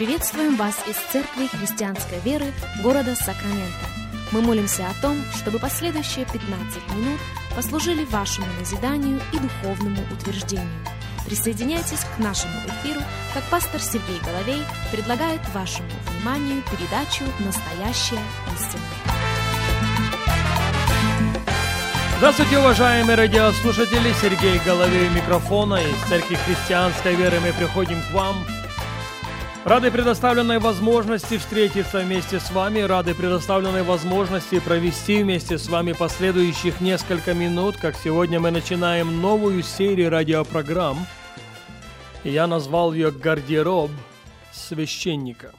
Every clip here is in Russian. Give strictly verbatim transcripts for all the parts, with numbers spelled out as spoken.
Приветствуем вас из Церкви Христианской Веры города Сакраменто. Мы молимся о том, чтобы последующие пятнадцать минут послужили вашему назиданию и духовному утверждению. Присоединяйтесь к нашему эфиру, как пастор Сергей Головей предлагает вашему вниманию передачу «Настоящая истина». Здравствуйте, уважаемые радиослушатели! Сергей Головей у микрофона. Из Церкви Христианской Веры мы приходим к вам. Рады предоставленной возможности встретиться вместе с вами, рады предоставленной возможности провести вместе с вами последующих несколько минут, как сегодня мы начинаем новую серию радиопрограмм. И я назвал ее «Гардероб священника».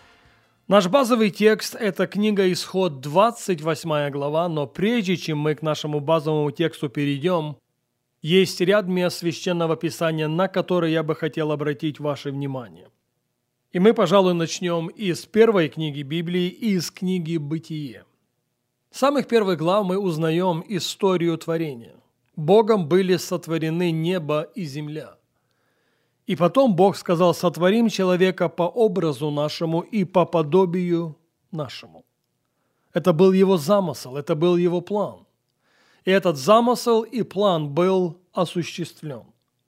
Наш базовый текст – это книга Исход, двадцать восьмая глава, но прежде чем мы к нашему базовому тексту перейдем, есть ряд мест Священного Писания, на которые я бы хотел обратить ваше внимание. И мы, пожалуй, начнем из первой книги Библии, из книги «Бытие». С самых первых глав мы узнаем историю творения. Богом были сотворены небо и земля. И потом Бог сказал: «Сотворим человека по образу нашему и по подобию нашему». Это был его замысел, это был его план. И этот замысел и план был осуществлен.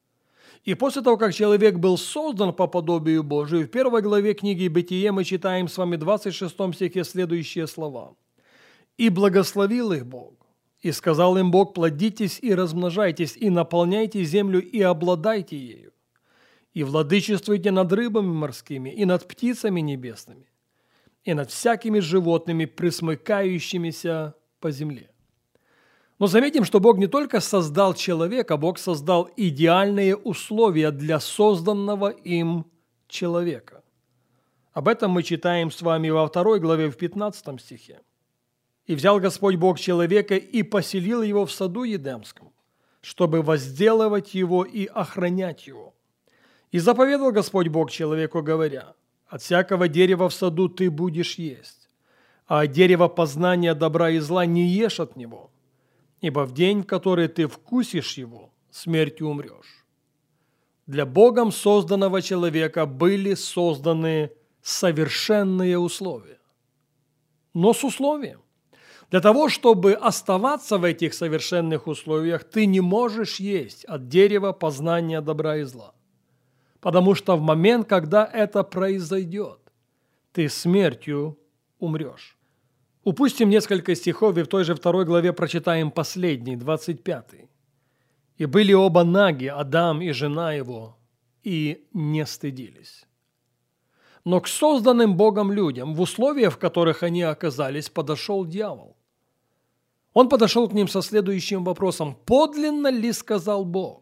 И после того, как человек был создан по подобию Божию, в первой главе книги «Бытие» мы читаем с вами в двадцать шестом стихе следующие слова. «И благословил их Бог, и сказал им Бог: плодитесь и размножайтесь, и наполняйте землю, и обладайте ею, и владычествуйте над рыбами морскими, и над птицами небесными, и над всякими животными, пресмыкающимися по земле». Но заметим, что Бог не только создал человека, Бог создал идеальные условия для созданного им человека. Об этом мы читаем с вами во второй главе в пятнадцатом стихе. «И взял Господь Бог человека и поселил его в саду Едемском, чтобы возделывать его и охранять его. И заповедал Господь Бог человеку, говоря: от всякого дерева в саду ты будешь есть, а от дерева познания добра и зла не ешь от него, ибо в день, в который ты вкусишь его, смертью умрешь». Для Богом созданного человека были созданы совершенные условия. Но с условием. Для того, чтобы оставаться в этих совершенных условиях, ты не можешь есть от дерева познания добра и зла. Потому что в момент, когда это произойдет, ты смертью умрешь. Упустим несколько стихов и в той же второй главе прочитаем последний, двадцать пятый. «И были оба наги, Адам и жена его, и не стыдились». Но к созданным Богом людям, в условиях, в которых они оказались, подошел дьявол. Он подошел к ним со следующим вопросом: «Подлинно ли сказал Бог?»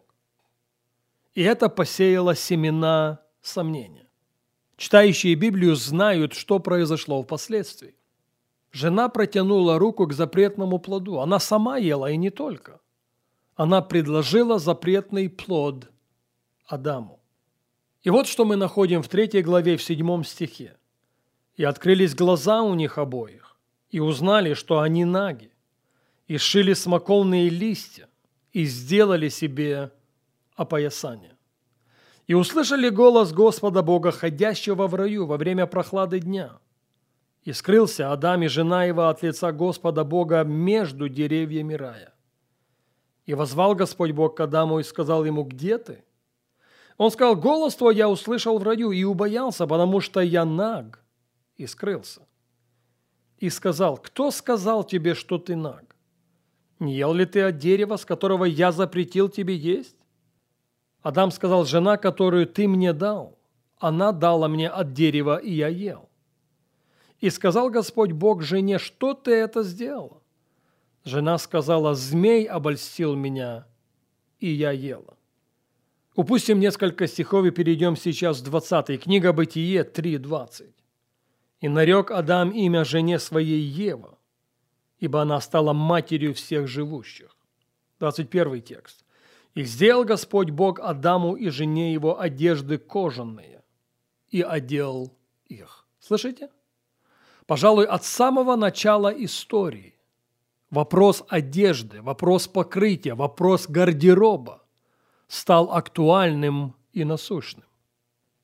И это посеяло семена сомнения. Читающие Библию знают, что произошло впоследствии. Жена протянула руку к запретному плоду. Она сама ела, и не только. Она предложила запретный плод Адаму. И вот что мы находим в третьей главе в седьмом стихе. «И открылись глаза у них обоих, и узнали, что они наги, и сшили смоковные листья, и сделали себе опоясание. И услышали голос Господа Бога, ходящего в раю во время прохлады дня. И скрылся Адам и жена его от лица Господа Бога между деревьями рая. И возвал Господь Бог к Адаму и сказал ему: где ты? Он сказал: голос твой я услышал в раю и убоялся, потому что я наг, и скрылся. И сказал: кто сказал тебе, что ты наг? Не ел ли ты от дерева, с которого я запретил тебе есть? Адам сказал: жена, которую ты мне дал, она дала мне от дерева, и я ел. И сказал Господь Бог жене: что ты это сделала? Жена сказала: змей обольстил меня, и я ела». Упустим несколько стихов и перейдем сейчас в двадцатой. Книга Бытие три двадцать. «И нарек Адам имя жене своей Ева, ибо она стала матерью всех живущих». двадцать первый текст. «И сделал Господь Бог Адаму и жене его одежды кожаные, и одел их». Слышите? Пожалуй, от самого начала истории вопрос одежды, вопрос покрытия, вопрос гардероба стал актуальным и насущным.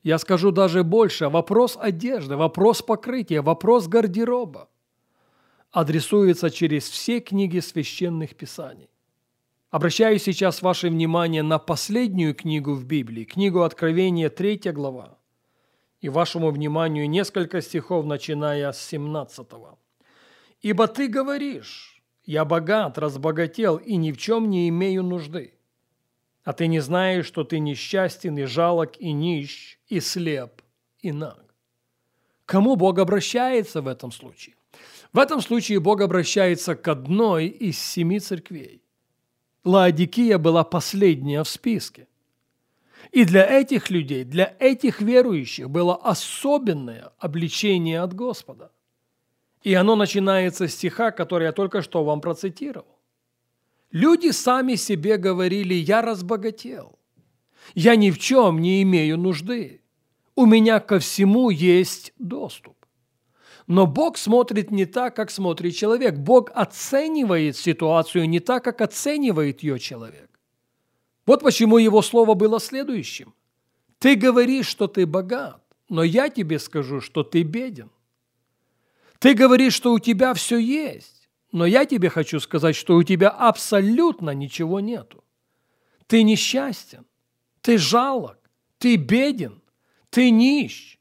Я скажу даже больше. Вопрос одежды, вопрос покрытия, вопрос гардероба адресуется через все книги священных писаний. Обращаю сейчас ваше внимание на последнюю книгу в Библии, книгу Откровения, третья глава. И вашему вниманию несколько стихов, начиная с семнадцатого. «Ибо ты говоришь, я богат, разбогател и ни в чем не имею нужды. А ты не знаешь, что ты несчастен и жалок и нищ, и слеп, и наг». Кому Бог обращается в этом случае? В этом случае Бог обращается к одной из семи церквей. Лаодикия была последняя в списке. И для этих людей, для этих верующих было особенное обличение от Господа. И оно начинается с стиха, который я только что вам процитировал. Люди сами себе говорили: «Я разбогател, я ни в чем не имею нужды, у меня ко всему есть доступ». Но Бог смотрит не так, как смотрит человек. Бог оценивает ситуацию не так, как оценивает ее человек. Вот почему его слово было следующим. «Ты говоришь, что ты богат, но я тебе скажу, что ты беден. Ты говоришь, что у тебя все есть, но я тебе хочу сказать, что у тебя абсолютно ничего нету. Ты несчастен, ты жалок, ты беден, ты нищ.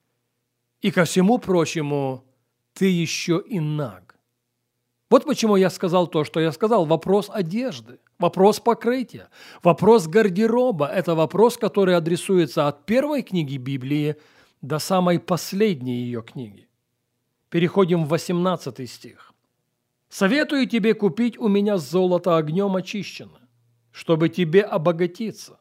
И ко всему прочему, ты еще и наг». Вот почему я сказал то, что я сказал. Вопрос одежды, вопрос покрытия, вопрос гардероба – это вопрос, который адресуется от первой книги Библии до самой последней ее книги. Переходим в восемнадцатый стих. «Советую тебе купить у меня золото огнем очищенное, чтобы тебе обогатиться,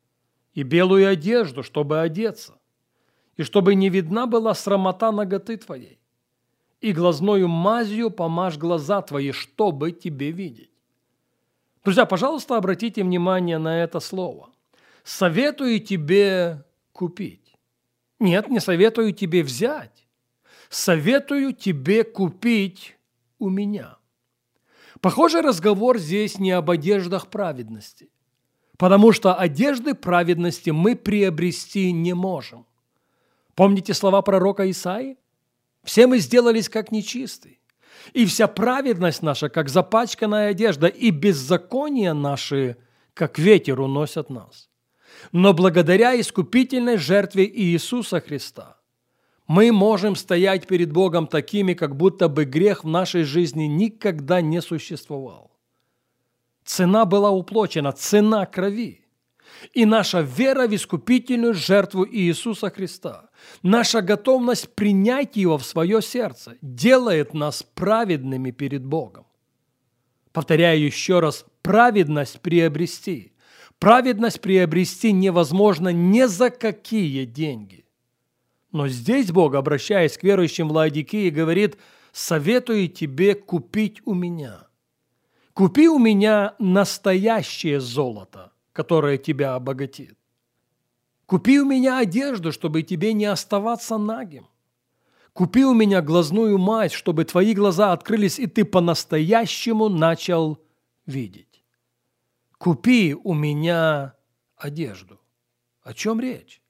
и белую одежду, чтобы одеться, и чтобы не видна была срамота наготы твоей, и глазною мазью помажь глаза твои, чтобы тебе видеть». Друзья, пожалуйста, обратите внимание на это слово. «Советую тебе купить». Нет, не советую тебе взять. «Советую тебе купить у меня». Похоже, разговор здесь не об одеждах праведности, потому что одежды праведности мы приобрести не можем. Помните слова пророка Исаии? «Все мы сделались как нечистые, и вся праведность наша, как запачканная одежда, и беззакония наши, как ветер, уносят нас. Но благодаря искупительной жертве Иисуса Христа мы можем стоять перед Богом такими, как будто бы грех в нашей жизни никогда не существовал. Цена была уплачена, цена крови. И наша вера в искупительную жертву Иисуса Христа, наша готовность принять Его в свое сердце делает нас праведными перед Богом. Повторяю еще раз, праведность приобрести. Праведность приобрести невозможно ни за какие деньги. Но здесь Бог, обращаясь к верующим в Лаодикии, говорит: «Советую тебе купить у меня. Купи у меня настоящее золото, которое тебя обогатит. Купи у меня одежду, чтобы тебе не оставаться нагим. Купи у меня глазную мазь, чтобы твои глаза открылись, и ты по-настоящему начал видеть. Купи у меня одежду». О чем речь?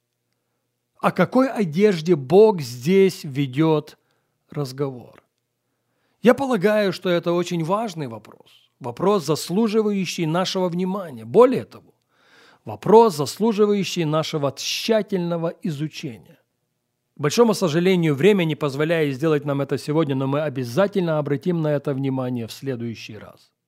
О какой одежде Бог здесь ведет разговор? Я полагаю, что это очень важный вопрос. Вопрос, заслуживающий нашего внимания. Более того, вопрос, заслуживающий нашего тщательного изучения. К большому сожалению, время не позволяет сделать нам это сегодня, но мы обязательно обратим на это внимание в следующий раз.